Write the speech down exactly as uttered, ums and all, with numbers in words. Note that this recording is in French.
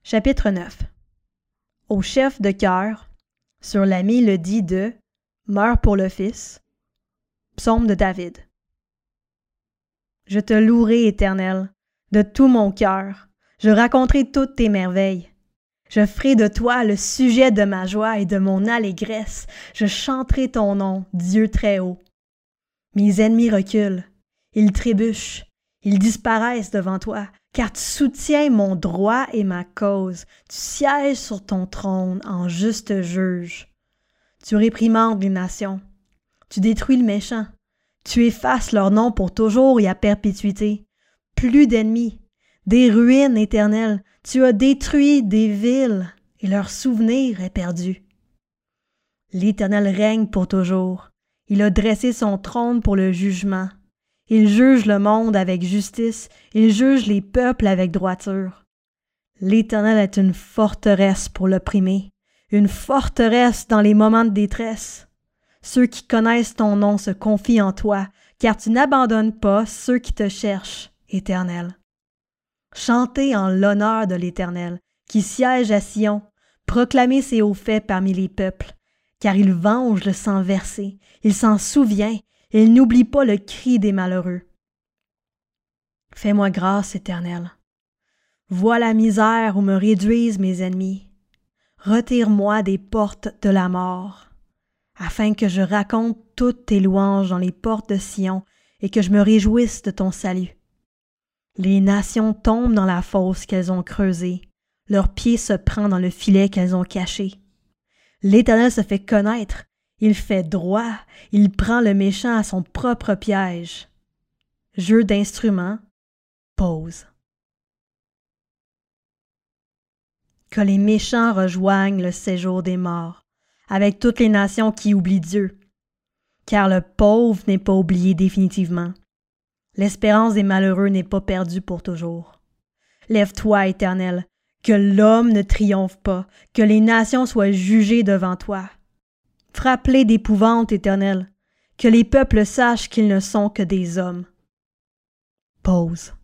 Chapitre neuf. Au chef de cœur, sur la mélodie de « Meurs pour le Fils », psaume de David. Je te louerai, Éternel, de tout mon cœur. Je raconterai toutes tes merveilles. Je ferai de toi le sujet de ma joie et de mon allégresse. Je chanterai ton nom, Dieu très haut. Mes ennemis reculent, ils trébuchent, ils disparaissent devant toi, car tu soutiens mon droit et ma cause. Tu sièges sur ton trône en juste juge. Tu réprimandes les nations. Tu détruis le méchant. Tu effaces leur nom pour toujours et à perpétuité. Plus d'ennemis, des ruines éternelles. Tu as détruit des villes et leur souvenir est perdu. L'Éternel règne pour toujours. Il a dressé son trône pour le jugement. Il juge le monde avec justice. Il juge les peuples avec droiture. L'Éternel est une forteresse pour l'opprimé, une forteresse dans les moments de détresse. Ceux qui connaissent ton nom se confient en toi, car tu n'abandonnes pas ceux qui te cherchent, Éternel. Chantez en l'honneur de l'Éternel, qui siège à Sion, proclamez ses hauts faits parmi les peuples, car il venge le sang versé, il s'en souvient, il n'oublie pas le cri des malheureux. Fais-moi grâce, Éternel. Vois la misère où me réduisent mes ennemis. Retire-moi des portes de la mort, afin que je raconte toutes tes louanges dans les portes de Sion et que je me réjouisse de ton salut. Les nations tombent dans la fosse qu'elles ont creusée, leur pied se prend dans le filet qu'elles ont caché. L'Éternel se fait connaître, il fait droit, il prend le méchant à son propre piège. Jeu d'instruments, pause. Que les méchants rejoignent le séjour des morts, avec toutes les nations qui oublient Dieu, car le pauvre n'est pas oublié définitivement. L'espérance des malheureux n'est pas perdue pour toujours. Lève-toi, Éternel, que l'homme ne triomphe pas, que les nations soient jugées devant toi. Frappe-les d'épouvante, Éternel, que les peuples sachent qu'ils ne sont que des hommes. Pause.